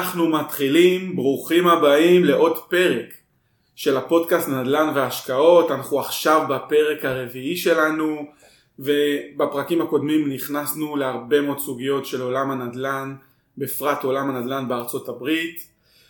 אנחנו מתחילים, ברוכים הבאים לעוד פרק של הפודקאסט נדל"ן והשקעות. אנחנו עכשיו בפרק הרביעי שלנו, ובפרקים הקודמים נכנסנו להרבה מאוד סוגיות של עולם הנדל"ן, בפרט עולם הנדל"ן בארצות הברית.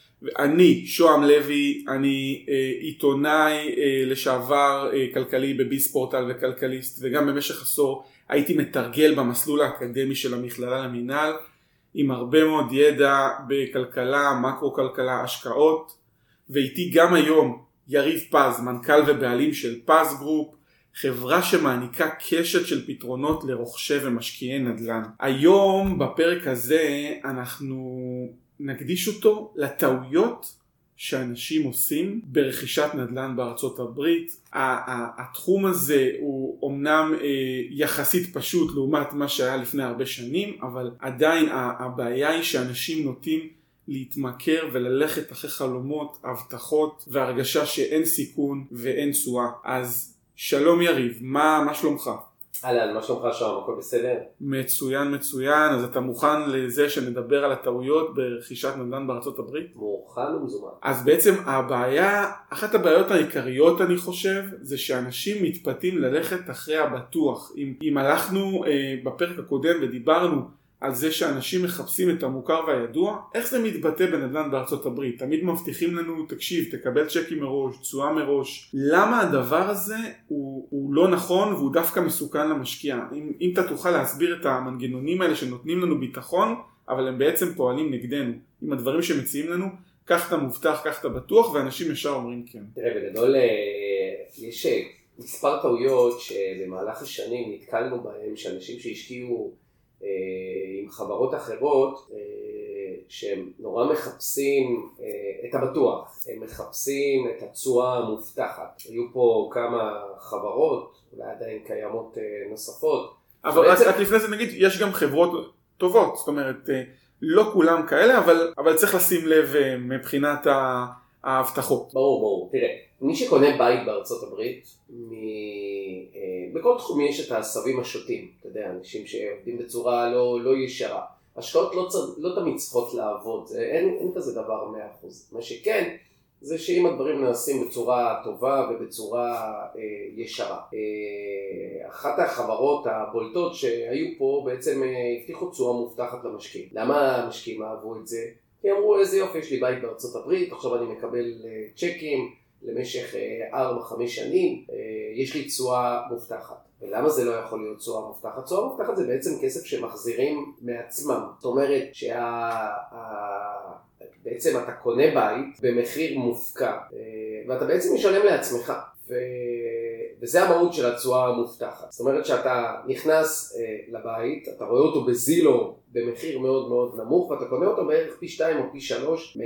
אני שוהם לוי, אני עיתונאי לשעבר כלכלי בביספורטל וכלכליסט, וגם במשך עשור הייתי מתרגל במסלול האקדמי של המכללה למינהל, עם הרבה מאוד ידע בכלכלה, מקרו-כלכלה, השקעות. ואיתי גם היום יריב פז, מנכ"ל ובעלים של פז גרופ, חברה שמעניקה קשת של פתרונות לרוכשי ומשקיעי נדל"ן. היום בפרק הזה אנחנו נקדיש אותו לטעויות שאנשים עושים ברכישת נדל"ן בארצות הברית. התחום הזה הוא אומנם יחסית פשוט לעומת מה שהיה לפני הרבה שנים, אבל עדיין הבעיה היא שאנשים נוטים להתמכר וללכת אחרי חלומות, הבטחות והרגשה שאין סיכון ואין תשואה. אז שלום יריב, מה שלומך? אהלן, מה שלומך שם? הכל בסדר? מצוין. אז אתה מוכן לזה שנדבר על הטעויות ברכישת נדל"ן בארצות הברית? מוכן ומזומן. אז בעצם אחת הבעיות העיקריות אני חושב, זה שאנשים מתפתים ללכת אחרי הבטוח. אם הלכנו בפרק הקודם ודיברנו על זה שאנשים מחפשים את המוכר והידוע, איך זה מתבטא בנדל"ן בארצות הברית? תמיד מבטיחים לנו, תקשיב, תקבל צ'קים מראש, תשואה מראש. למה הדבר הזה הוא לא נכון והוא דווקא מסוכן למשקיע? אם אתה תוכל להסביר את המנגנונים האלה שנותנים לנו ביטחון, אבל הם בעצם פועלים נגדנו. עם הדברים שמציעים לנו, כך אתה מובטח, כך אתה בטוח, ואנשים ישר אומרים כן. תראה, בגדול יש מספר טעויות שבמהלך השנים נתקלנו בהם, שאנשים שהשקיעו עם חברות אחרות שהם נורא מחפשים את הבטוח, הם מחפשים את התשואה המובטחת. היו פה כמה חברות, אולי עדיין קיימות נוספות. אבל רק לפני זה נגיד, יש גם חברות טובות, זאת אומרת, לא כולם כאלה, אבל צריך לשים לב מבחינת ההבטחות. ברור. תראה, מי שקונה בית בארצות הברית, בכל תחום יש את העשבים השוטים, אתה יודע, אנשים שעובדים בצורה לא ישרה. השקעות לא תמיד צריכות לעבוד, אין כזה דבר 100%. מה שכן, זה שאם הדברים נעשים בצורה טובה ובצורה ישרה. אחת החברות הבולטות שהיו פה בעצם הבטיחו תשואה מובטחת למשקיעים. למה המשקיעים אהבו את זה? כי אמרו, איזה יופי, יש לי בית בארצות הברית, עכשיו אני מקבל צ'קים למשך 4-5 שנים, יש לי תשואה מובטחת. ולמה זה לא יכול להיות תשואה מובטחת? תשואה מובטחת זה בעצם כסף שמחזירים מעצמם. זאת אומרת בעצם אתה קונה בית במחיר מופקע, ואתה בעצם משלם לעצמך. וזה המהות של התשואה המובטחת. זאת אומרת שאתה נכנס לבית, אתה רואה אותו בזילו במחיר מאוד מאוד נמוך, ואתה קונה אותו בערך פי 2 או פי 3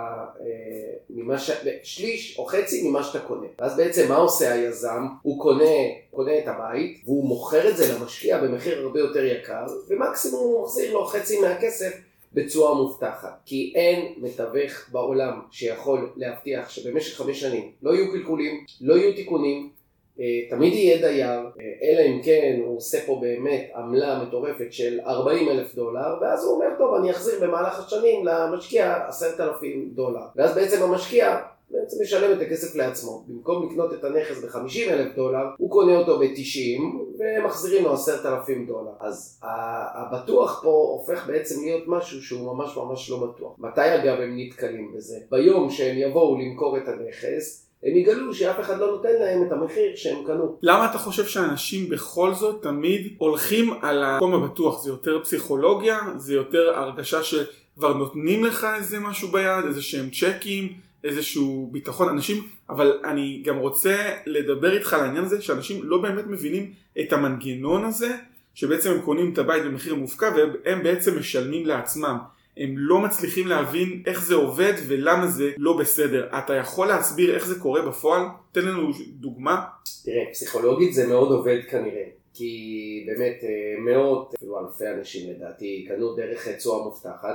שליש או חצי ממה שאתה קונה. ואז בעצם מה עושה היזם? הוא קונה את הבית, והוא מוכר את זה למשקיע במחיר הרבה יותר יקר, ומקסימום הוא מחזיר לו חצי מהכסף בצורה מובטחת. כי אין מתווך בעולם שיכול להבטיח שבמשך 5 שנים לא יהיו קלקולים, לא יהיו תיקונים, תמיד יהיה דייר, אלא אם כן הוא עושה פה באמת עמלה מטורפת של $40,000, ואז הוא אומר, טוב, אני אחזיר במהלך השנים למשקיע $10,000. ואז בעצם המשקיע משלם את הכסף לעצמו. במקום לקנות את הנכס $50,000, הוא קונה אותו ב-90 ומחזירים לו $10,000. אז הבטוח פה הופך בעצם להיות משהו שהוא ממש ממש לא בטוח. מתי אגב הם נתקלים בזה? ביום שהם יבואו למכור את הנכס, הם יגלו שאף אחד לא נותן להם את המחיר שהם קנו. למה אתה חושב שאנשים בכל זאת תמיד הולכים על המקום הבטוח? זה יותר פסיכולוגיה? זה יותר הרגשה שכבר נותנים לך איזה משהו ביד, איזה שהם צ'קים, איזשהו ביטחון? אנשים, אבל אני גם רוצה לדבר איתך על העניין הזה, שאנשים לא באמת מבינים את המנגנון הזה, שבעצם הם קונים את הבית במחיר מופקע, והם בעצם משלמים לעצמם. הם לא מצליחים להבין איך זה עובד ולמה זה לא בסדר. אתה יכול להסביר איך זה קורה בפועל? תן לנו דוגמה. תראה, פסיכולוגית זה מאוד עובד כנראה. כי באמת מאות, אפילו אלפי אנשים לדעתי, קנו דרך תשואה מובטחת,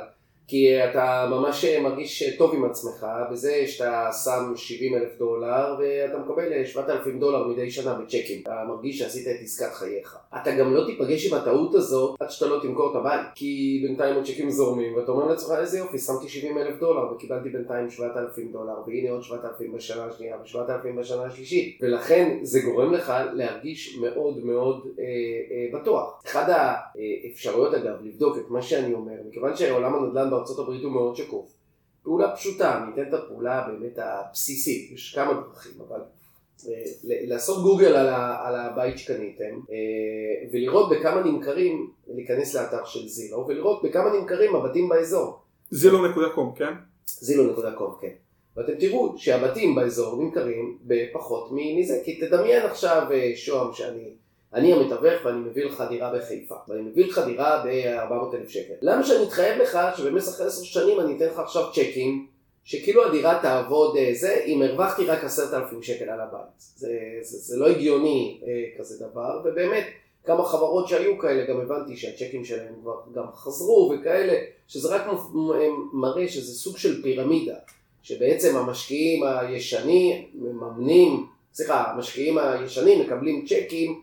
כי אתה ממש מרגיש טוב עם עצמך, בזה שאתה שם $70,000 ואתה מקבל $7,000 מדי שנה בצ'קים. אתה מרגיש שעשית את עסקת חייך. אתה גם לא תיפגש עם הטעות הזאת עד שאתה לא תמכור את הבית. כי בינתיים הצ'קים זורמים, ואתה אומר לעצמך, איזה יופי, שמתי $70,000 וקיבלתי בינתיים $7,000, והנה עוד 7,000 בשנה השנייה ו7,000 בשנה השלישית. ולכן זה גורם לך להרגיש מאוד מאוד בטוח. אחד האפשרויות אגב לבדוק את מה שאני אומר, מכיוון שעולם הנדל"ן בארצות הברית הוא מאוד שקוף. פעולה פשוטה, אני אתן את הפעולה באמת הבסיסית, יש כמה דרכים, אבל לעשות גוגל על הבית שקניתם, ולראות בכמה נמכרים, להיכנס לאתר של זילו, ולראות בכמה נמכרים הבתים באזור. zillow.com, כן? zillow.com, כן. ואתם תראו שהבתים באזור נמכרים בפחות מזה, כי תדמיין עכשיו שואם אני המתווך ואני מביא לך דירה בחיפה, ואני מביא לך דירה ב$400,000. למה שאני אתחייב לך שבמשך 10 שנים אני אתן לך עכשיו צ'קים, שכאילו הדירה תעבוד אם הרווחתי רק $10,000 על הבית. זה לא הגיוני כזה דבר, ובאמת כמה חברות שהיו כאלה גם הבנתי שהצ'קים שלהם כבר גם חזרו וכאלה, שזה רק מראה שזה סוג של פירמידה, שבעצם המשקיעים המשקיעים הישנים מקבלים צ'קים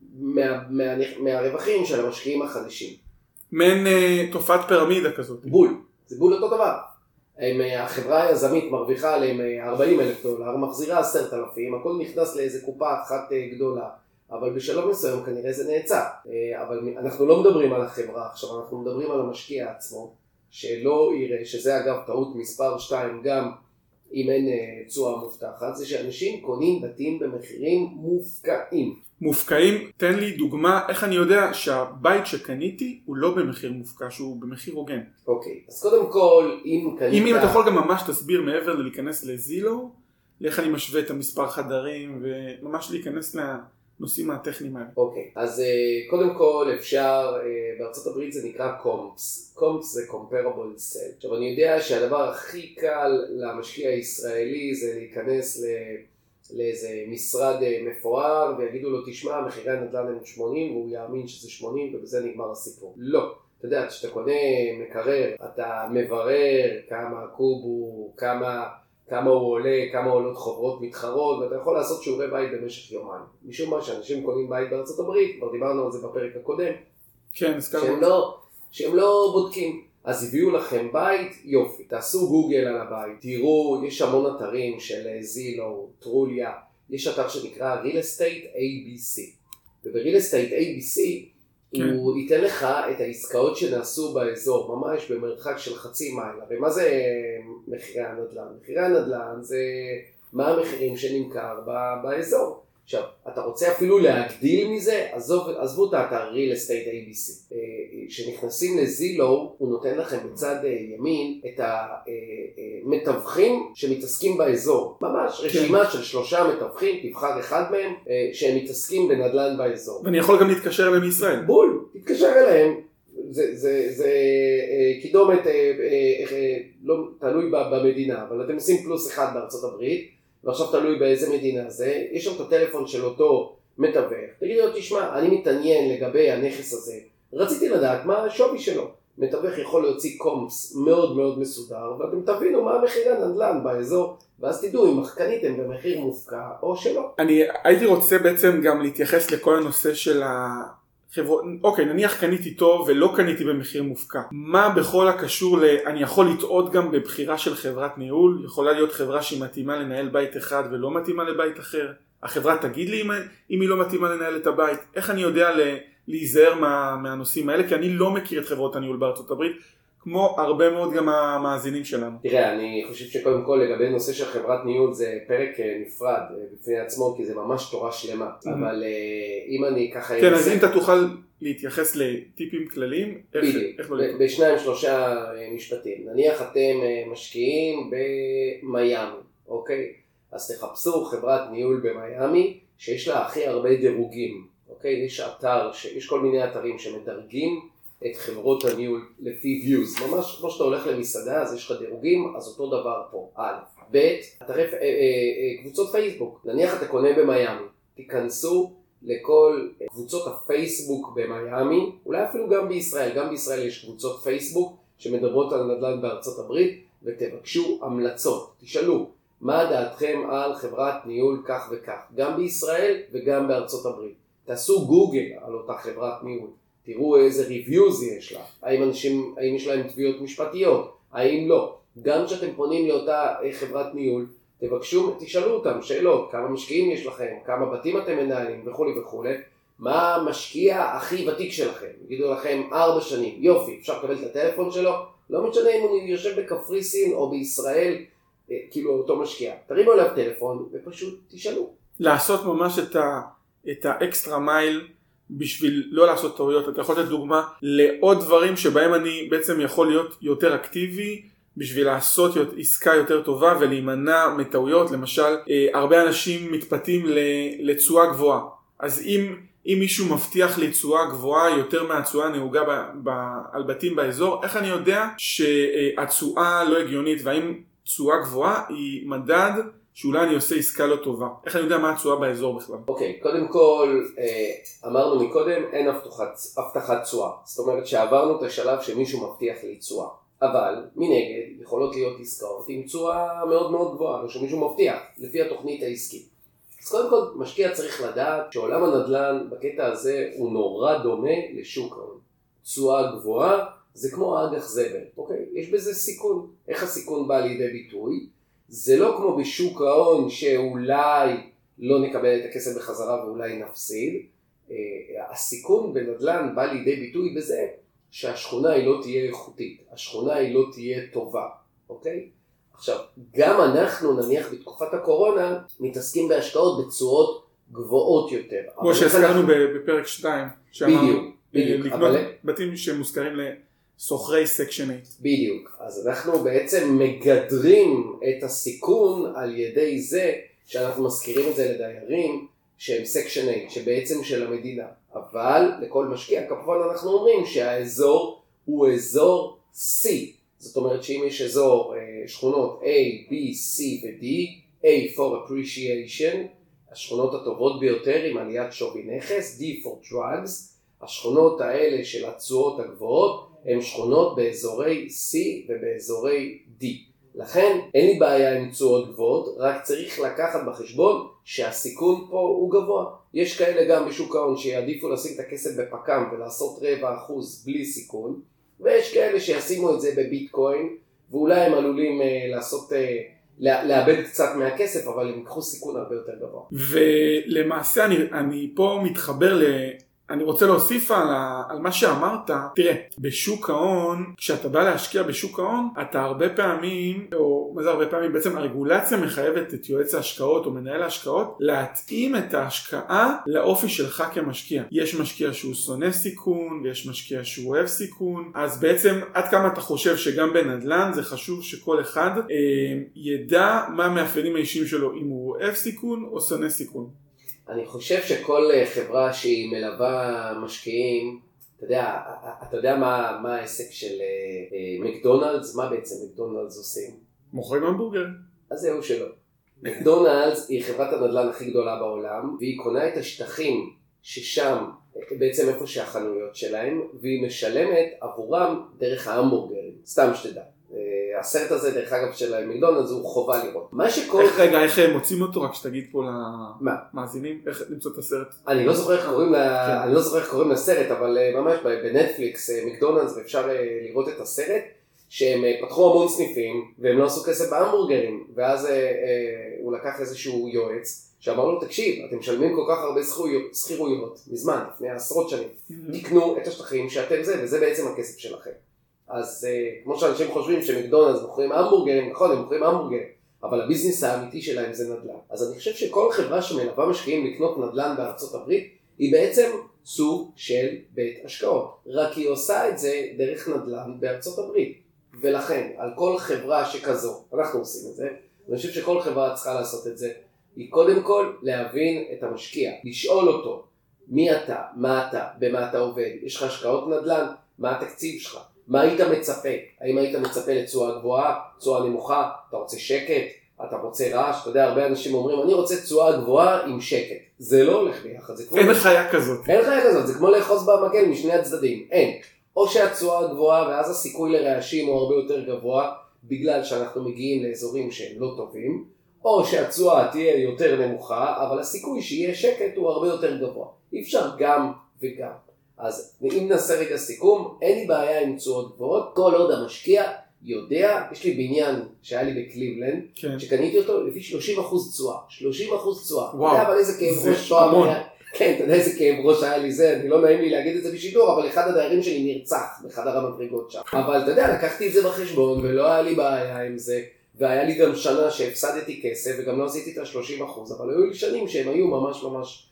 מהרווחים של המשקיעים החדשים. מעין תופעת פירמידה כזאת. זה בול אותו דבר. החברה היזמית מרוויחה עליהם $40,000, מחזירה 10,000, הכל נכנס לאיזה קופה אחת גדולה, אבל בשלב מסוים כנראה זה נעצר. אבל אנחנו לא מדברים על החברה עכשיו, אנחנו מדברים על המשקיע עצמו, שלא יראה, שזה אגב טעות מספר 2 גם אם אין תשואה מובטחת, זה שאנשים קונים בתים במחירים מופקעים. תן לי דוגמה איך אני יודע שהבית שקניתי הוא לא במחיר מופקע, שהוא במחיר הוגן. אוקיי, אז קודם כל אם אתה יכול גם ממש תסביר מעבר ללהיכנס לזילו, לאיך אני משווה את המספר חדרים וממש להיכנס לנושאים הטכניים האלה. אוקיי, אז קודם כל אפשר, בארצות הברית זה נקרא קומפס זה comparable sale. עכשיו אני יודע שהדבר הכי קל למשקיע הישראלי זה להיכנס לאיזה משרד מפואר ויגידו לו תשמע מחירי הנדל"ן הם 80 והוא יאמין שזה 80 ובזה נגמר הסיפור. לא, אתה יודע, כשאתה קונה מקרר אתה מברר כמה הקוב הוא, כמה הוא עולה, כמה עולות חוברות מתחרות, ואתה יכול לעשות שיעורי בית במשך יומיים. משום מה שאנשים קונים בית בארצות הברית, כבר דיברנו על זה בפרק הקודם, כן, שהם לא בודקים. אז הביאו לכם בית, יופי, תעשו גוגל על הבית, תראו, יש המון אתרים של זילו, טרוליה, יש אתר שנקרא Real Estate ABC, וב-Real Estate ABC הוא ייתן לך את העסקאות שנעשו באזור, ממש במרחק של חצי מייל. ומה זה מחירי הנדל"ן? מחירי הנדל"ן זה מה המחירים שנמכר באזור. עכשיו, אתה רוצה אפילו להגדיל מזה? עזבו את האתר Real Estate ABC. כשנכנסים לזילו, הוא נותן לכם בצד ימין את המתווכים שמתעסקים באזור. ממש רשימה של 3 מתווכים, תבחר אחד מהם, שהם מתעסקים בנדל"ן באזור. ואני יכול גם להתקשר אליהם מישראל. בול, תתקשר אליהם. זה קידומת, לא תלוי במדינה, אבל אתם עושים +1 בארצות הברית, ועכשיו תלוי באיזה מדינה זה, יש שם את הטלפון של אותו מתווך, תגידו לו, תשמע, אני מתעניין לגבי הנכס הזה, רציתי לדעת מה השווי שלו. מתווך יכול להוציא קומפס מאוד מאוד מסודר, ואתם תבינו מה המחיר הנדל"ן באזור, ואז תדעו אם קניתם במחיר מופקע או שלא. אני הייתי רוצה בעצם גם להתייחס לכל הנושא של החברות, אוקיי, נניח קניתי טוב ולא קניתי במחיר מופקע. מה בכל הקשור אני יכול לטעות גם בבחירה של חברת ניהול? יכולה להיות חברה שהיא מתאימה לנהל בית אחד ולא מתאימה לבית אחר. החברה תגיד לי אם היא לא מתאימה לנהל את הבית. איך אני יודע להיזהר מהנושאים האלה? כי אני לא מכיר את חברות הניהול בארצות הברית, כמו הרבה מאוד גם המאזינים שלנו. תראה, אני חושב שקודם כל לגבי נושא של חברת ניהול זה פרק נפרד בפני עצמו, כי זה ממש תורה שלמה. אבל אם אני ככה... כן, אז אם אתה תוכל להתייחס לטיפים כלליים, איך לא לקרוא? ב2-3 משפטים. נניח אתם משקיעים במיימי, אוקיי? אז תחפשו חברת ניהול במיימי שיש לה הכי הרבה דירוגים, אוקיי? יש כל מיני אתרים שמדרגים את חברות הניהול לפי views, ממש כמו שאתה הולך למסעדה אז יש לך דירוגים, אז אותו דבר פה. א', ב', קבוצות פייסבוק, נניח אתה קונה במיימי, תיכנסו לכל קבוצות הפייסבוק במיימי, אולי אפילו גם בישראל יש קבוצות פייסבוק שמדברות על נדל"ן בארצות הברית, ותבקשו המלצות. תשאלו, מה דעתכם על חברת ניהול כך וכך, גם בישראל וגם בארצות הברית. תעשו גוגל על אותה חברת ניהול, תראו איזה ריוויוז יש לה, האם יש להם תביעות משפטיות, האם לא. גם כשאתם פונים לאותה חברת ניהול, תשאלו אותם שאלות, כמה משקיעים יש לכם, כמה בתים אתם מנהלים וכו' וכו'. מה המשקיע הכי ותיק שלכם? יגידו לכם 4 שנים, יופי, אפשר לקבל את הטלפון שלו? לא משנה אם הוא יושב בקפריסין או בישראל, כאילו אותו משקיע. תרימו עליו טלפון ופשוט תשאלו. לעשות ממש את האקסטרה מייל בשביל לא לעשות טעויות. אתה יכול לתת דוגמה לעוד דברים שבהם אני בעצם יכול להיות יותר אקטיבי בשביל לעשות עסקה יותר טובה ולהימנע מטעויות. למשל, הרבה אנשים מתפתים לתשואה גבוהה. אז אם מישהו מבטיח לי תשואה גבוהה יותר מהתשואה הנהוגה על בתים באזור, איך אני יודע שהתשואה לא הגיונית, והאם תשואה גבוהה היא מדד שאולי אני עושה עסקה לא טובה? איך אני יודע מה התשואה באזור בכלל? אוקיי, קודם כל, אמרנו מקודם, אין הבטחת תשואה. זאת אומרת שעברנו את השלב שמישהו מבטיח לי תשואה. אבל מנגד יכולות להיות עסקאות עם תשואה מאוד מאוד גבוהה, או שמישהו מבטיח, לפי התוכנית העסקית. אז קודם כל, משקיע צריך לדעת שעולם הנדל"ן בקטע הזה הוא נורא דומה לשוק ההון. תשואה גבוהה זה כמו אג"ח זבל, אוקיי? יש בזה סיכון. איך הסיכון בא לידי ביטוי? זה לא כמו בשוק ההון שאולי לא נקבל את הכסף בחזרה ואולי נפסיד. הסיכון בנדל"ן בא לידי ביטוי בזה שהשכונה היא לא תהיה איכותית, השכונה היא לא תהיה טובה, אוקיי? עכשיו, גם אנחנו נניח בתקופת הקורונה מתעסקים בהשקעות בצורות גבוהות יותר. כמו שהזכרנו בפרק 2, בדיוק. לקנות בתים שמוזכרים לסוחרי סקשן 8. בדיוק. אז אנחנו בעצם מגדרים את הסיכון על ידי זה שאנחנו מזכירים את זה לדיירים שהם סקשן 8, שבעצם של המדינה. אבל לכל משקיע, כמובן אנחנו אומרים שהאזור הוא אזור C. זאת אומרת שאם יש אזור שכונות A, B, C ו-D, A for appreciation, השכונות הטובות ביותר עם עליית שווי נכס, D for drugs, השכונות האלה של התשואות הגבוהות הן שכונות באזורי C ובאזורי D. לכן אין לי בעיה עם תשואות גבוהות, רק צריך לקחת בחשבון שהסיכון פה הוא גבוה. יש כאלה גם בשוק ההון שיעדיפו לשים את הכסף בפקם ולעשות 0.25% בלי סיכון, ויש כאלה שישימו את זה בביטקוין, ואולי הם עלולים לאבד קצת מהכסף, אבל הם יקחו סיכון הרבה יותר גבוה. ולמעשה אני פה מתחבר אני רוצה להוסיף על מה שאמרת. תראה, בשוק ההון, כשאתה בא להשקיע בשוק ההון, אתה הרבה פעמים, או מה זה הרבה פעמים, בעצם הרגולציה מחייבת את יועץ ההשקעות או מנהל ההשקעות, להתאים את ההשקעה לאופי שלך כמשקיע. יש משקיע שהוא שונא סיכון, ויש משקיע שהוא אוהב סיכון, אז בעצם עד כמה אתה חושב שגם בנדל"ן זה חשוב שכל אחד ידע מה המאפיינים האישיים שלו, אם הוא אוהב סיכון או שונא סיכון. אני חושב שכל חברה שהיא מלווה משקיעים, אתה יודע מה העסק של מקדונלדס? מה בעצם מקדונלדס עושים? מוכרים המבורגר. אז זהו שלא. מקדונלדס היא חברת הנדל"ן הכי גדולה בעולם, והיא קונה את השטחים ששם, בעצם איפה שהחנויות שלהם, והיא משלמת עבורם דרך ההמבורגרים. סתם שתדע. הסרט הזה דרך אגב של מקדונלדס הוא חובה לראות. איך הם מוצאים אותו? רק שתגיד פה למאזינים איך למצוא את הסרט. אני לא זוכר איך קוראים לסרט, אבל ממש בנטפליקס מקדונלדס ואפשר לראות את הסרט שהם פתחו המון סניפים והם לא עשו כסף בהמבורגרים, ואז הוא לקח איזשהו יועץ שאמר לו, תקשיב, אתם משלמים כל כך הרבה שכירויות מזמן, לפני עשרות שנים, תקנו את השטחים שאתם זה, וזה בעצם הכסף שלכם. אז כמו שאנשים חושבים שמקדונלדס מוכרים המבורגרים, נכון, הם מוכרים המבורגרים, אבל הביזנס האמיתי שלהם זה נדל"ן. אז אני חושב שכל חברה שמלווה משקיעים לקנות נדל"ן בארצות הברית, היא בעצם סוג של בית השקעות. רק היא עושה את זה דרך נדל"ן בארצות הברית. ולכן, על כל חברה שכזו, אנחנו עושים את זה, ואני חושב שכל חברה צריכה לעשות את זה, היא קודם כל להבין את המשקיע, לשאול אותו, מי אתה, מה אתה, במה אתה עובד, יש לך השקעות נדל"ן, מה התקציב שלך? מה היית מצפה? האם היית מצפה לתשואה גבוהה, תשואה נמוכה, אתה רוצה שקט, אתה רוצה רעש? אתה יודע, הרבה אנשים אומרים, אני רוצה תשואה גבוהה עם שקט. זה לא הולך ביחד. אין חיה כזאת. אין חיה כזאת, זה כמו לאחוז במקל משני הצדדים. אין. או שהתשואה גבוהה ואז הסיכוי לרעשים הוא הרבה יותר גבוה, בגלל שאנחנו מגיעים לאזורים שהם לא טובים, או שהתשואה תהיה יותר נמוכה, אבל הסיכוי שיהיה שקט הוא הרבה יותר גבוה. אי אפשר גם וגם. אז אם נעשה רגע סיכום, אין לי בעיה עם תשואות גבוהות, כל עוד המשקיע יודע, יש לי בניין שהיה לי בקליבלנד, כן. שקניתי אותו לפי 30% תשואה, 30% תשואה. אתה יודע, אבל איזה כאב ראש תואר היה, כן, אתה יודע איזה כאב ראש היה לי זה, אני לא נעים לי להגיד את זה בשידור, אבל אחד הדיירים שלי נרצח בחדר המדרגות שם. אבל אתה יודע, לקחתי את זה בחשבון ולא היה לי בעיה עם זה, והיה לי גם שנה שהפסדתי כסף וגם לא עשיתי את ה-30%, אבל היו לי שנים שהם היו ממש ממש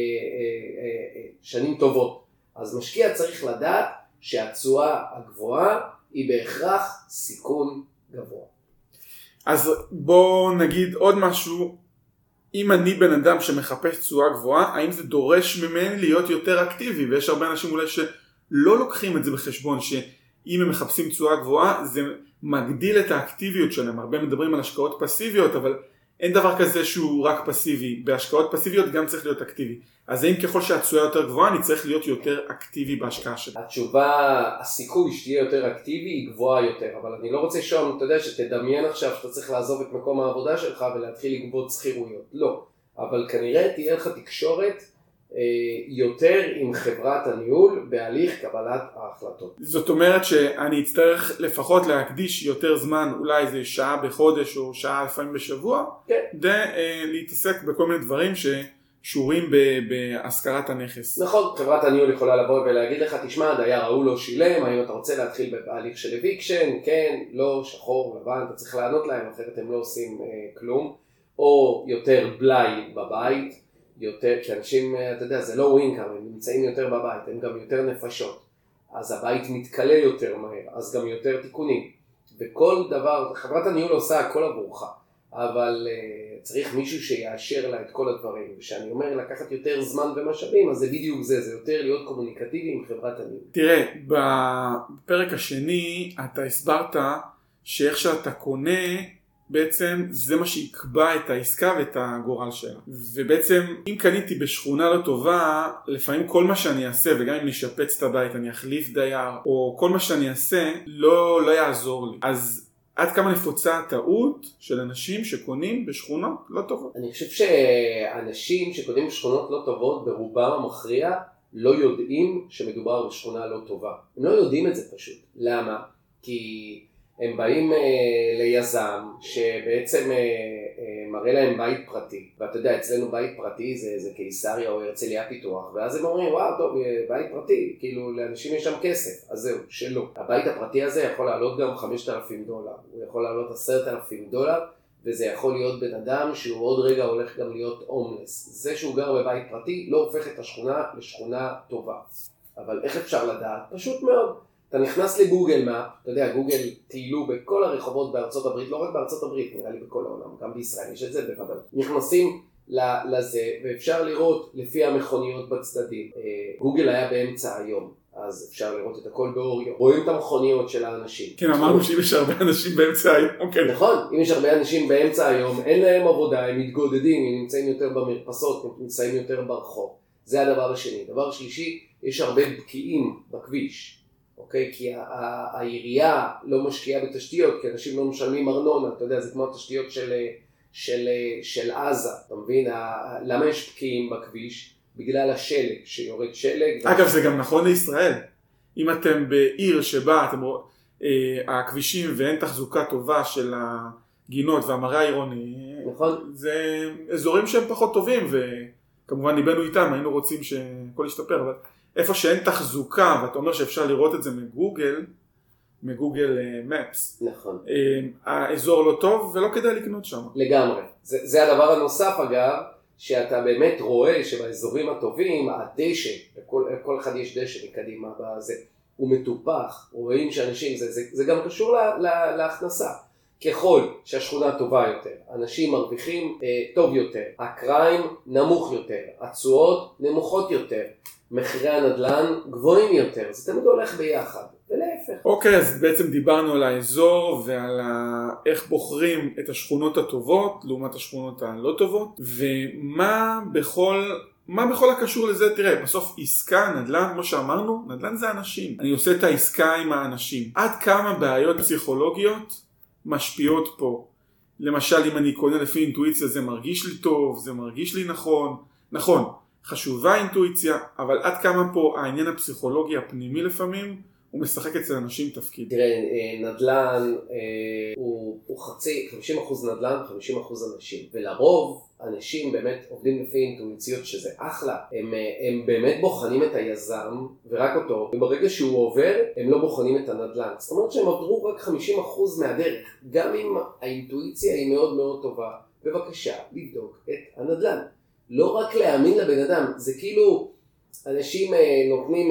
שנים טובות. אז משקיע צריך לדעת שהתשואה הגבוהה היא בהכרח סיכון גבוה. אז בוא נגיד עוד משהו, אם אני בן אדם שמחפש תשואה גבוהה, האם זה דורש ממני להיות יותר אקטיבי? ויש הרבה אנשים אולי שלא לוקחים את זה בחשבון, שאם הם מחפשים תשואה גבוהה, זה מגדיל את האקטיביות שלהם. הרבה מדברים על השקעות פסיביות, אבל אין דבר כזה שהוא רק פסיבי. בהשקעות פסיביות גם צריך להיות אקטיבי. אז האם ככל שהתשואה יותר גבוהה, אני צריך להיות יותר אקטיבי בהשקעה שלי? התשובה, הסיכוי שתהיה יותר אקטיבי היא גבוהה יותר, אבל אני לא רוצה שם, אתה יודע, שתדמיין עכשיו שאתה צריך לעזוב את מקום העבודה שלך ולהתחיל לגבות שכירויות. לא. אבל כנראה תהיה לך תקשורת יותר עם חברת הניהול בהליך קבלת ההחלטות. זאת אומרת שאני אצטרך לפחות להקדיש יותר זמן, אולי זה שעה בחודש או שעה לפעמים בשבוע, כן. להתעסק בכל מיני דברים שקשורים בהשכרת הנכס. נכון, חברת הניהול יכולה לבוא ולהגיד לך, תשמע, דייר ההוא לא שילם, האם אתה רוצה להתחיל בהליך של אביקשן, כן, לא, שחור, לבן, אתה צריך לענות להם, אחרת הם לא עושים כלום, או יותר בלאי בבית, יותר, כי אנשים, אתה יודע, זה לא ווינקאם, הם נמצאים יותר בבית, הם גם יותר נפשות, אז הבית מתקלה יותר מהר, אז גם יותר תיקונים, וכל דבר, חברת הניהול עושה הכל עבורך, אבל צריך מישהו שיאשר לה את כל הדברים, ושאני אומר לקחת יותר זמן ומשאבים, אז זה בדיוק זה, זה יותר להיות קומוניקטיבי עם חברת הניהול. תראה, בפרק השני אתה הסברת שאיך שאתה קונה, בעצם זה מה שיקבע את העסקה ואת הגורל שלה. ובעצם אם קניתי בשכונה לא טובה, לפעמים כל מה שאני אעשה, וגם אם נשפץ את הבית, אני אחליף דייר, או כל מה שאני אעשה, לא יעזור לי. אז עד כמה נפוצה הטעות של אנשים שקונים בשכונות לא טובות? אני חושב שאנשים שקונים בשכונות לא טובות, ברובם המכריע, לא יודעים שמדובר בשכונה לא טובה. הם לא יודעים את זה פשוט. למה? כי הם באים ליזם שבעצם מראה להם בית פרטי, ואתה יודע, אצלנו בית פרטי זה קיסריה או הרצליה פיתוח, ואז הם אומרים, וואו, טוב, בית פרטי, כאילו לאנשים יש שם כסף, אז זהו, שלא. הבית הפרטי הזה יכול לעלות גם $5,000, הוא יכול לעלות $10,000, וזה יכול להיות בן אדם שהוא עוד רגע הולך גם להיות הומלס. זה שהוא גר בבית פרטי לא הופך את השכונה לשכונה טובה. אבל איך אפשר לדעת? פשוט מאוד. אתה נכנס לגוגל מאפ, אתה יודע, גוגל טיילו בכל הרחובות בארצות הברית, לא רק בארצות הברית, נראה לי בכל העולם, גם בישראל יש את זה בוודאי. נכנסים לזה, ואפשר לראות לפי המכוניות בצדדים. גוגל היה באמצע היום, אז אפשר לראות את הכל באור יום. רואים את המכוניות של האנשים. כן, אמרנו שאם יש הרבה אנשים באמצע היום, אוקיי. נכון, אם יש הרבה אנשים באמצע היום, אין להם עבודה, הם מתגודדים, הם נמצאים יותר במרפסות, הם נמצאים יותר ברחוב. זה הדבר השני. דבר שלישי, יש הרבה בקיעים בכביש. אוקיי, כי העירייה לא משקיעה בתשתיות, כי אנשים לא משלמים ארנונה, אתה יודע, זה כמו התשתיות של עזה, אתה מבין? למה יש פקיעים בכביש? בגלל השלג, שיורד שלג. אגב, זה גם נכון לישראל. אם אתם בעיר שבה אתם הכבישים ואין תחזוקה טובה של הגינות והמראה העירוני, נכון. זה אזורים שהם פחות טובים, וכמובן ניבנו איתם, היינו רוצים שהכל ישתפר, אבל איפה שאין תחזוקה, ואתה אומר שאפשר לראות את זה מגוגל מפס. נכון. האזור לא טוב ולא כדאי לקנות שם. לגמרי. זה הדבר הנוסף אגב, שאתה באמת רואה שבאזורים הטובים, הדשא, כל אחד יש דשא מקדימה בזה, הוא מטופח, רואים שאנשים, זה גם קשור להכנסה. ככל שהשכונה טובה יותר, אנשים מרוויחים טוב יותר, הקריים נמוך יותר, התשואות נמוכות יותר, מחירי הנדל"ן גבוהים יותר, זה תמיד הולך ביחד, ולהפך. אוקיי, אז בעצם דיברנו על האזור ועל איך בוחרים את השכונות הטובות לעומת השכונות הלא טובות, ומה בכל מה בכל הקשור לזה? תראה, בסוף עסקה, נדל"ן, כמו שאמרנו, נדל"ן זה אנשים. אני עושה את העסקה עם האנשים. עד כמה בעיות פסיכולוגיות משפיעות פה. למשל, אם אני קונה לפי אינטואיציה, זה מרגיש לי טוב, זה מרגיש לי נכון. נכון, חשובה אינטואיציה, אבל עד כמה פה העניין הפסיכולוגי הפנימי לפעמים, הוא משחק אצל אנשים תפקיד. תראה, נדל"ן הוא 50% נדל"ן, 50% אנשים. ולרוב, אנשים באמת עובדים לפי אינטואיציות שזה אחלה. הם באמת בוחנים את היזם ורק אותו, וברגע שהוא עובר, הם לא בוחנים את הנדל"ן. זאת אומרת שהם עברו רק 50% מהדרך. גם אם האינטואיציה היא מאוד מאוד טובה, בבקשה לבדוק את הנדל"ן. לא רק להאמין לבן אדם, זה כאילו אנשים נותנים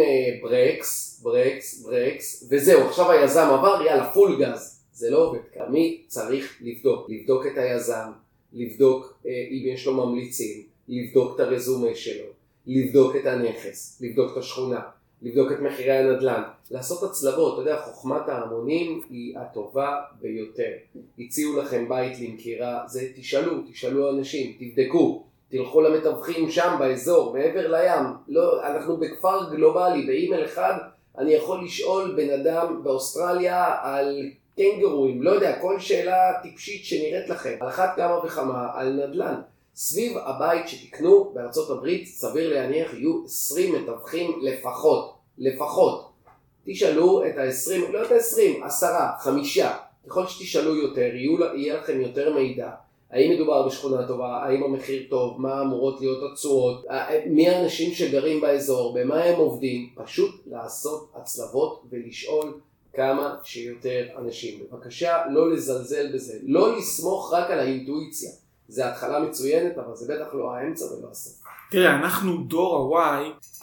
ברקס, וזהו, עכשיו היזם עבר, יאללה, פול גז. זה לא עובד כאן. מי צריך לבדוק את היזם, לבדוק אם יש לו ממליצים, לבדוק את הרזומה שלו, לבדוק את הנכס, לבדוק את השכונה, לבדוק את מחירי הנדל"ן, לעשות הצלבות. אתה יודע, חוכמת ההמונים היא הטובה ביותר. הציעו לכם בית למכירה, זה תשאלו אנשים, תבדקו. תלכו למתווכים שם באזור, מעבר לים. לא, אנחנו בכפר גלובלי, באימייל אחד, אני יכול לשאול בן אדם באוסטרליה על קנגורואים, לא יודע, כל שאלה טיפשית שנראית לכם. על אחת כמה וכמה, על נדל"ן. סביב הבית שתקנו בארצות הברית, סביר להניח, יהיו 20 מתווכים לפחות. תשאלו את ה-20, לא את ה-20, 10, 5. ככל שתשאלו יותר, יהיה לכם יותר מידע. האם מדובר בשכונה טובה, האם המחיר טוב, מה אמורות להיות התשואות, מי האנשים שגרים באזור, במה הם עובדים. פשוט לעשות הצלבות ולשאול כמה שיותר אנשים. בבקשה, לא לזלזל בזה, לא לסמוך רק על האינטואיציה. זה התחלה מצוינת, אבל זה בטח לא האמצע ולא הסוף. תראה, אנחנו דור ה-Y,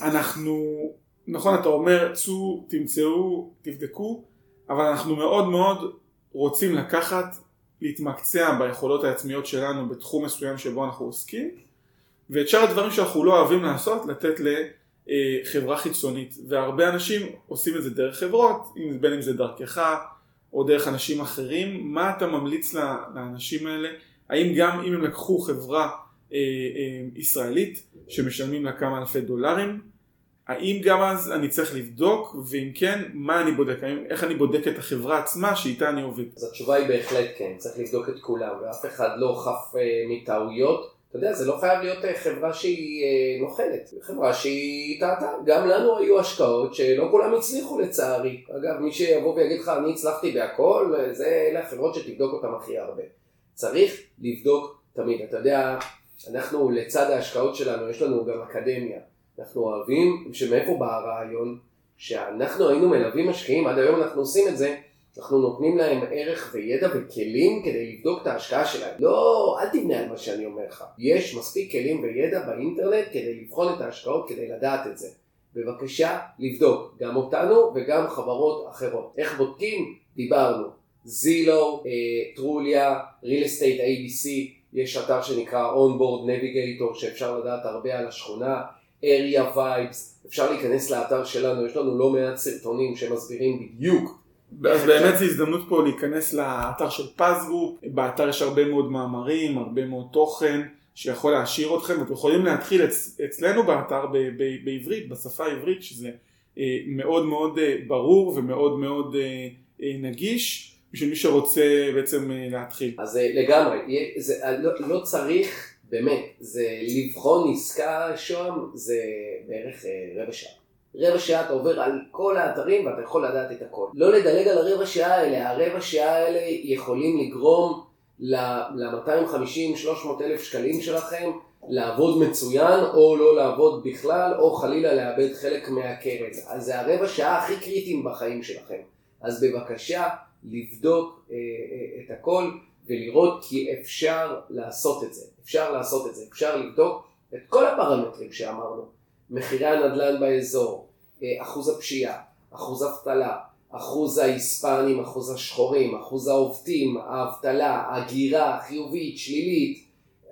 נכון, אתה אומר, תמצאו, תבדקו, אבל אנחנו מאוד מאוד רוצים להתמקצע ביכולות העצמיות שלנו בתחום מסוים שבו אנחנו עוסקים, ואת שאר הדברים שאנחנו לא אוהבים לעשות, לתת לחברה חיצונית. והרבה אנשים עושים את זה דרך חברות, בין אם זה דרכך או דרך אנשים אחרים. מה אתה ממליץ לאנשים האלה? האם גם אם הם לקחו חברה ישראלית שמשלמים לה כמה אלפי דולרים, האם גם אז אני צריך לבדוק, ואם כן, מה אני בודק? איך אני בודק את החברה עצמה שאיתה אני עובד? אז התשובה היא בהחלט כן, צריך לבדוק את כולם, ואף אחד לא חף מטעויות. אתה יודע, זה לא חייב להיות חברה שהיא נוחלת, חברה שהיא טעתה. גם לנו היו השקעות שלא כולם הצליחו לצערי. אגב, מי שיבוא ויגיד לך, אני הצלחתי בהכל, אלה החברות שתבדוק אותם הכי הרבה. צריך לבדוק תמיד. אתה יודע, אנחנו לצד ההשקעות שלנו, יש לנו גם אקדמיה. אנחנו אוהבים, שמאיפה בא הרעיון, שאנחנו היינו מלווים משקיעים, עד היום אנחנו עושים את זה, אנחנו נותנים להם ערך וידע וכלים כדי לבדוק את ההשקעה שלהם. לא, אל תבנה על מה שאני אומר לך. יש מספיק כלים וידע באינטרנט כדי לבחון את ההשקעות, כדי לדעת את זה. בבקשה, לבדוק גם אותנו וגם חברות אחרות. איך בודקים? דיברנו. זילו, טרוליה, Real Estate ABC, יש אתר שנקרא Onboard Navigator שאפשר לדעת הרבה על השכונה. Area Vibes, אפשר להיכנס לאתר שלנו, יש לנו לא מעט סרטונים שמסבירים בדיוק. אז באמת זו הזדמנות פה להיכנס לאתר של פזגרופ, באתר יש הרבה מאוד מאמרים, הרבה מאוד תוכן שיכול להשאיר אתכם, אתם יכולים להתחיל אצלנו באתר בעברית, בשפה העברית, שזה מאוד מאוד ברור ומאוד מאוד נגיש, בשביל מי שרוצה בעצם להתחיל. אז לגמרי, לא צריך באמת, זה לבחון עסקה שם, זה בערך רבע שעה אתה עובר על כל האתרים ואתה יכול לדעת את הכל. לא לדלג על הרבע שעה האלה, הרבע שעה האלה יכולים לגרום ל-250-300 אלף שקלים שלכם לעבוד מצוין או לא לעבוד בכלל או חלילה לאבד חלק מהקרן. אז זה הרבע שעה הכי קריטיים בחיים שלכם. אז בבקשה לבדוק את הכל ולראות כי אפשר לעשות את זה. אפשר לבדוק את כל הפרמטרים שאמרנו. מחירי הנדל"ן באזור, אחוז הפשיעה, אחוז אבטלה, אחוז ההיספנים, אחוז השחורים, אחוז העובדים, האבטלה, הגירה, חיובית, שלילית,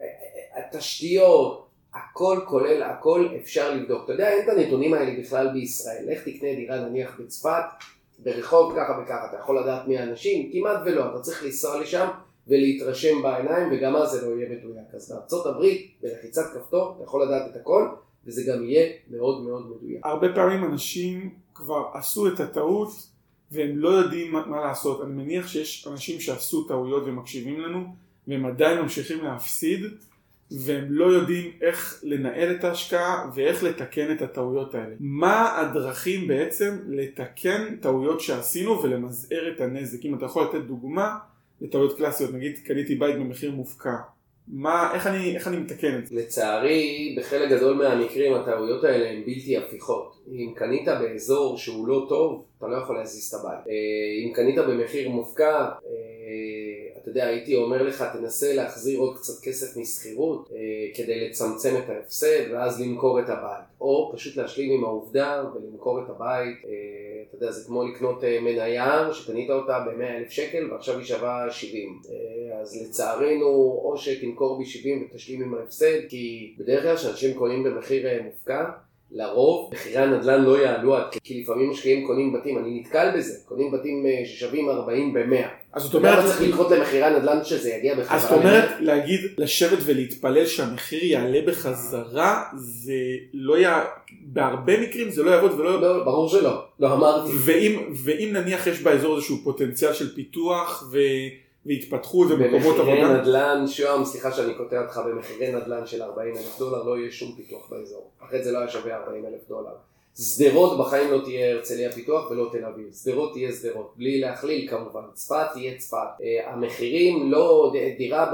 התשתיות, הכל כולל, הכל אפשר לבדוק. אתה יודע, אין את הנתונים האלה בכלל בישראל. לך תקנה דירה נניח בצפת, ברחוב ככה וככה, אתה יכול לדעת מי האנשים, כמעט ולא, אתה צריך לנסוע לשם ולהתרשם בעיניים, וגם אז זה לא יהיה מדויק. אז בארצות הברית, בלחיצת כפתור, אתה יכול לדעת את הכל, וזה גם יהיה מאוד מאוד מדויק. הרבה פעמים אנשים כבר עשו את הטעות והם לא יודעים מה לעשות. אני מניח שיש אנשים שעשו טעויות ומקשיבים לנו והם עדיין ממשיכים להפסיד והם לא יודעים איך לנהל את ההשקעה ואיך לתקן את הטעויות האלה. מה הדרכים בעצם לתקן טעויות שעשינו ולמזער את הנזק? אם אתה יכול לתת דוגמה לטעויות קלאסיות, נגיד קניתי בית במחיר מופקע. איך אני מתקן את זה? לצערי, בחלק גדול מהמקרים הטעויות האלה הן בלתי הפיכות. אם קנית באזור שהוא לא טוב, אתה לא יכול להזיז את הבית. אם קנית במחיר מופקע, אתה יודע, הייתי אומר לך, תנסה להחזיר עוד קצת כסף מסחירות כדי לצמצם את ההפסד ואז למכור את הבית. או פשוט להשלים עם העובדה ולמכור את הבית. אתה יודע, זה כמו לקנות מניה שקנית אותה ב100,000 שקל ועכשיו היא שווה 70. אז לצערנו, או שתמכור ב70 ותשלים עם ההפסד, כי בדרך כלל שאנשים קונים במחיר מופקע, לרוב מחירי הנדל"ן לא יעלו עד, כי לפעמים משקיעים קונים בתים, אני נתקל בזה, קונים בתים ששווים 40 ב100. אז זאת אומרת, צריך לקחות למחירי הנדל"ן שזה יגיע בחזרה. אז זאת אומרת, להגיד, לשבת ולהתפלל שהמחיר יעלה בחזרה, זה לא בהרבה מקרים זה לא יעבוד ולא... לא, ברור שלא, לא אמרתי. ואם נניח יש באזור איזשהו פוטנציאל של פיתוח והתפתחות ומקומות עבודה. במחירי נדל"ן, שוהם, סליחה שאני קוטע אותך, במחירי נדל"ן של $40,000 לא יהיה שום פיתוח באזור. אחרי זה לא היה שווה $40,000. סדרות בחיים לא תהיה הרצליה פיתוח ולא תל אביב. סדרות תהיה סדרות, בלי להכליל כמובן. צפת תהיה צפת. המחירים לא, דירה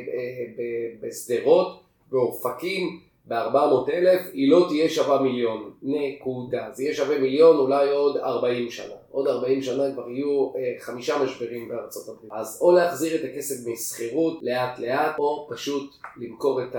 בסדרות, באופקים, ב400,000, היא לא תהיה שווה מיליון. נקודה. זה יהיה שווה מיליון אולי עוד 40 שנה. עוד 40 שנה כבר יהיו 5 משברים בארצות הברית. אז או להחזיר את הכסף מסחירות לאט לאט, או פשוט למכור את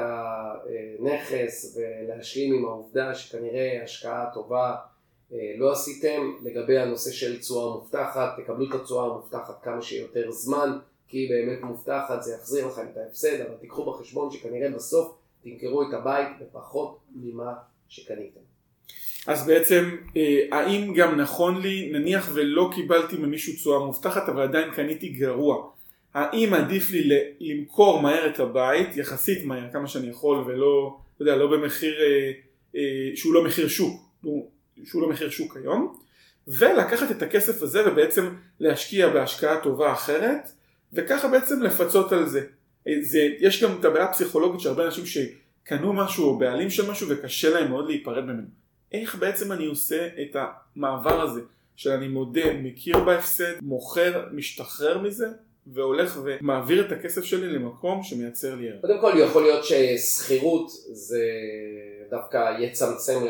הנכס ולהשלים עם העובדה שכנראה השקעה טובה לא עשיתם. לגבי הנושא של תשואה מובטחת, תקבלו את התשואה המובטחת כמה שיותר זמן, כי היא באמת מובטחת, זה יחזיר לכם את ההפסד, אבל תיקחו בחשבון שכנראה בסוף תמכרו את הבית בפחות ממה שקניתם. אז בעצם, האם גם נכון לי, נניח ולא קיבלתי ממישהו תשואה מובטחת, אבל עדיין קניתי גרוע, האם עדיף לי למכור מהר את הבית, יחסית מהר, כמה שאני יכול, ולא, אתה יודע, לא במחיר, שהוא לא מחיר שוק, שהוא לא מחיר שוק היום, ולקחת את הכסף הזה ובעצם להשקיע בהשקעה טובה אחרת, וככה בעצם לפצות על זה. יש גם את הבעיה הפסיכולוגית שהרבה אנשים שקנו משהו או בעלים של משהו וקשה להם מאוד להיפרד ממנו. איך בעצם אני עושה את המעבר הזה של אני מודה, מכיר בהפסד, מוכר, משתחרר מזה והולך ומעביר את הכסף שלי למקום שמייצר לי ערך? קודם כל יכול להיות שסחירות זה דווקא יצמצם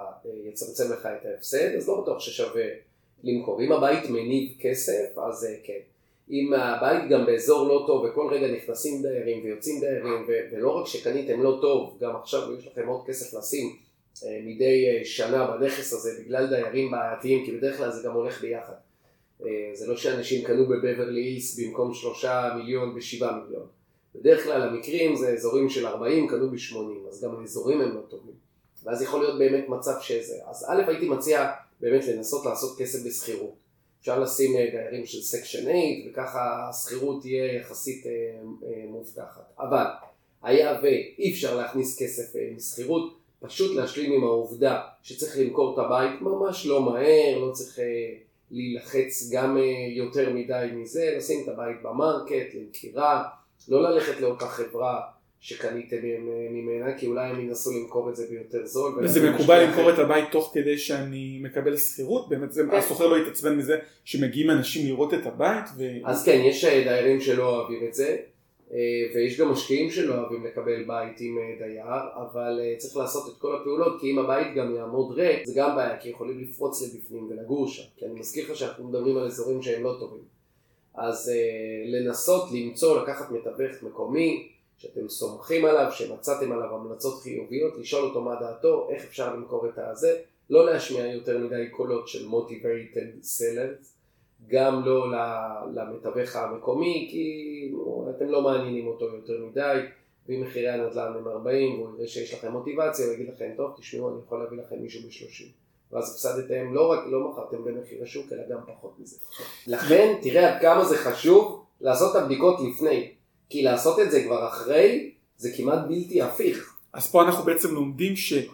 לך את ההפסד, אז לא בטוח ששווה למכור. אם הבית מניב כסף, אז כן. אם הבית גם באזור לא טוב וכל רגע נכנסים דיירים ויוצאים דיירים ולא רק שקניתם לא טוב, גם עכשיו יש לכם עוד כסף לשים מדי שנה בנכס הזה בגלל דיירים בעייתיים, כי בדרך כלל זה גם הולך ביחד. זה לא שאנשים קנו בבברלי הילס במקום 3 מיליון ב7 מיליון. בדרך כלל המקרים זה אזורים של 40 קנו ב80, אז גם האזורים הם לא טובים. ואז יכול להיות באמת מצב שזה. אז א' הייתי מציע באמת לנסות לעשות כסף בסחירות. אפשר לשים דיירים של סקשן 8 וככה הסחירות תהיה יחסית מובטחת. אבל היה ואי אפשר להכניס כסף מסחירות, פשוט להשלים עם העובדה שצריך למכור את הבית ממש לא מהר, לא צריך להילחץ גם יותר מדי מזה, לשים את הבית במרקט, למכירה, לא ללכת לאותה חברה שקניתם ממנה, כי אולי הם ינסו למכור את זה ביותר זול. וזה מקובל למכור את הבית תוך כדי שאני מקבל סחירות? באמת הסוחר לא יתעצבן מזה שמגיעים אנשים לראות את הבית? אז כן, יש דיירים שלא אוהבים את זה, ויש גם משקיעים שלא אוהבים לקבל בית עם דייר, אבל צריך לעשות את כל הפעולות, כי אם הבית גם יעמוד ריק, זה גם בעיה, כי יכולים לפרוץ לבפנים ולגור שם, כי אני מזכיר לך שאנחנו מדברים על אזורים שהם לא טובים. אז לנסות למצוא, לקחת מתווך מקומי, שאתם סומכים עליו, שמצאתם עליו המלצות חיוביות, לשאול אותו מה דעתו, איך אפשר למכור את הזה, לא להשמיע יותר מדי קולות של motivated sellers, גם לא למתווך המקומי, כי אתם לא מעניינים אותו יותר מדי, ואם מחירי הנדל"ן הם 40, והוא יראה שיש לכם מוטיבציה, הוא יגיד לכם, טוב, תשמעו, אני יכול להביא לכם מישהו ב30. ואז הפסדתם, לא רק לא מכרתם במחיר השוק, אלא גם פחות מזה. לכן, תראה עד כמה זה חשוב לעשות את הבדיקות לפני, כי לעשות את זה כבר אחרי, זה כמעט בלתי הפיך. אז פה אנחנו בעצם לומדים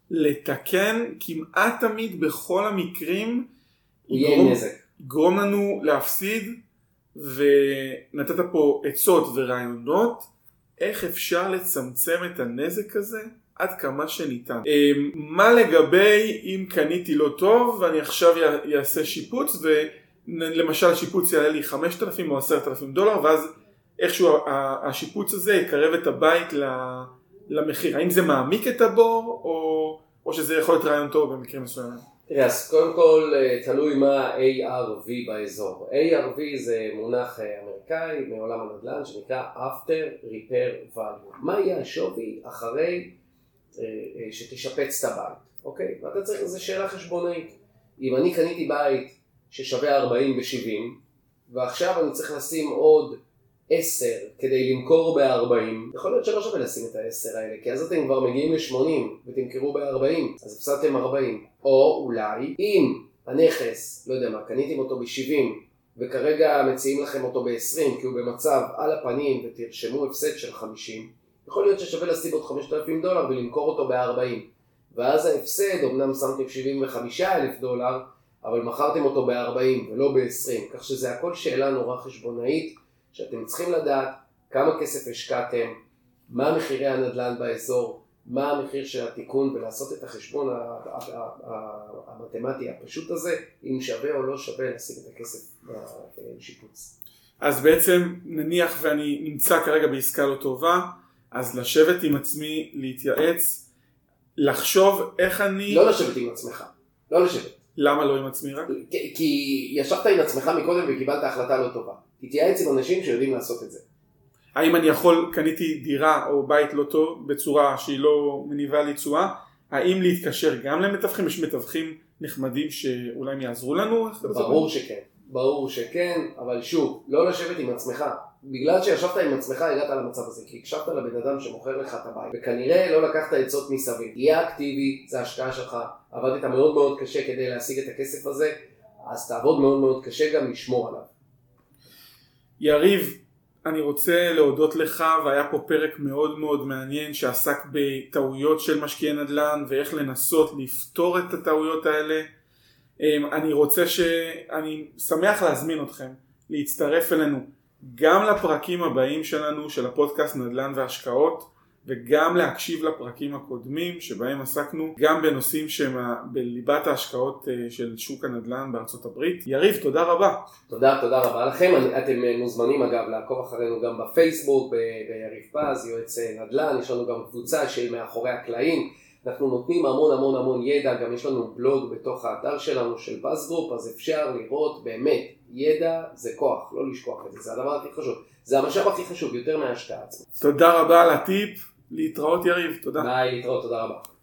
לתקן כמעט תמיד בכל המקרים יגרום לנו להפסיד, ונתת פה עצות ורעיונות איך אפשר לצמצם את הנזק הזה עד כמה שניתן. מה לגבי אם קניתי לא טוב ואני עכשיו יעשה שיפוץ, ולמשל שיפוץ יעלה לי 5,000 או 10,000 דולר, ואז איכשהו השיפוץ הזה יקרב את הבית למחיר. האם זה מעמיק את הבור או שזה יכול להיות רעיון טוב במקרים מסוימים? תראה, אז קודם כל תלוי מה ARV באזור. ARV זה מונח אמריקאי מעולם הנדל"ן שנקרא After Repair Value. מה יהיה השווי אחרי שתשפץ את הבית, אוקיי? ואתה צריך לזה שאלה חשבונאית. אם אני קניתי בית ששווה 40 ב-70, ועכשיו אני צריך לשים עוד 10 כדי למכור ב-40, יכול להיות שלא שווה לשים את ה-10 האלה, כי אז אתם כבר מגיעים ל-80 ותמכרו ב-40, אז הפסדתם 40. או אולי, אם הנכס, לא יודע מה, קניתם אותו ב-70, וכרגע מציעים לכם אותו ב-20, כי הוא במצב על הפנים ותרשמו הפסד של 50, יכול להיות ששווה לשים עוד 5,000 דולר ולמכור אותו ב-40. ואז ההפסד, אמנם שמתם 75,000 דולר, אבל מכרתם אותו ב-40 ולא ב-20, כך שזה הכל שאלה נורא חשבונאית, שאתם צריכים לדעת כמה כסף השקעתם, מה מחירי הנדל"ן באזור, מה המחיר של התיקון, ולעשות את החשבון המתמטי הפשוט הזה, אם שווה או לא שווה לשים את הכסף בשיפוץ. אז בעצם נניח ואני נמצא כרגע בעסקה לא טובה, אז לשבת עם עצמי, להתייעץ, לחשוב איך אני... לא לשבת עם עצמך, לא לשבת. למה לא עם עצמי רק? כי ישבת עם עצמך מקודם וקיבלת החלטה לא טובה. תתייעץ עם אנשים שיודעים לעשות את זה. האם אני יכול, קניתי דירה או בית לא טוב בצורה שהיא לא מניבה לי תשואה, האם להתקשר גם למתווכים? יש מתווכים נחמדים שאולי הם יעזרו לנו? ברור שכן, ברור שכן, אבל שוב, לא לשבת עם עצמך. בגלל שישבת עם עצמך הגעת למצב הזה, כי הקשבת לבן אדם שמוכר לך את הבית, וכנראה לא לקחת עצות מסביב. תהיה אקטיבי, זה השקעה שלך, עבדת מאוד מאוד קשה כדי להשיג את הכסף הזה, אז תעבוד מאוד מאוד קשה גם לשמור עליו. יריב, אני רוצה להודות לך, והיה פה פרק מאוד מאוד מעניין שעסק בטעויות של משקיעי נדל"ן ואיך לנסות לפתור את הטעויות האלה. אני שמח להזמין אתכם להצטרף אלינו גם לפרקים הבאים שלנו של הפודקאסט נדל"ן והשקעות, וגם להקשיב לפרקים הקודמים שבהם עסקנו גם בנושאים שהם בליבת ההשקעות של שוק הנדל"ן בארצות הברית. יריב, תודה רבה. תודה רבה לכם. אתם מוזמנים אגב לעקוב אחרינו גם בפייסבוק ביריב פז, יועץ נדל"ן. יש לנו גם קבוצה של מאחורי הקלעים. אנחנו נותנים המון ידע, גם יש לנו בלוג בתוך האתר שלנו של פז גרופ, אז אפשר לראות באמת, ידע זה כוח, לא לשכוח את זה, זה הדבר הכי חשוב. זה המשאב הכי חשוב, יותר מההשקעה עצמה. תודה רבה על הטיפ. להתראות יריב, תודה. ביי, להתראות, תודה רבה.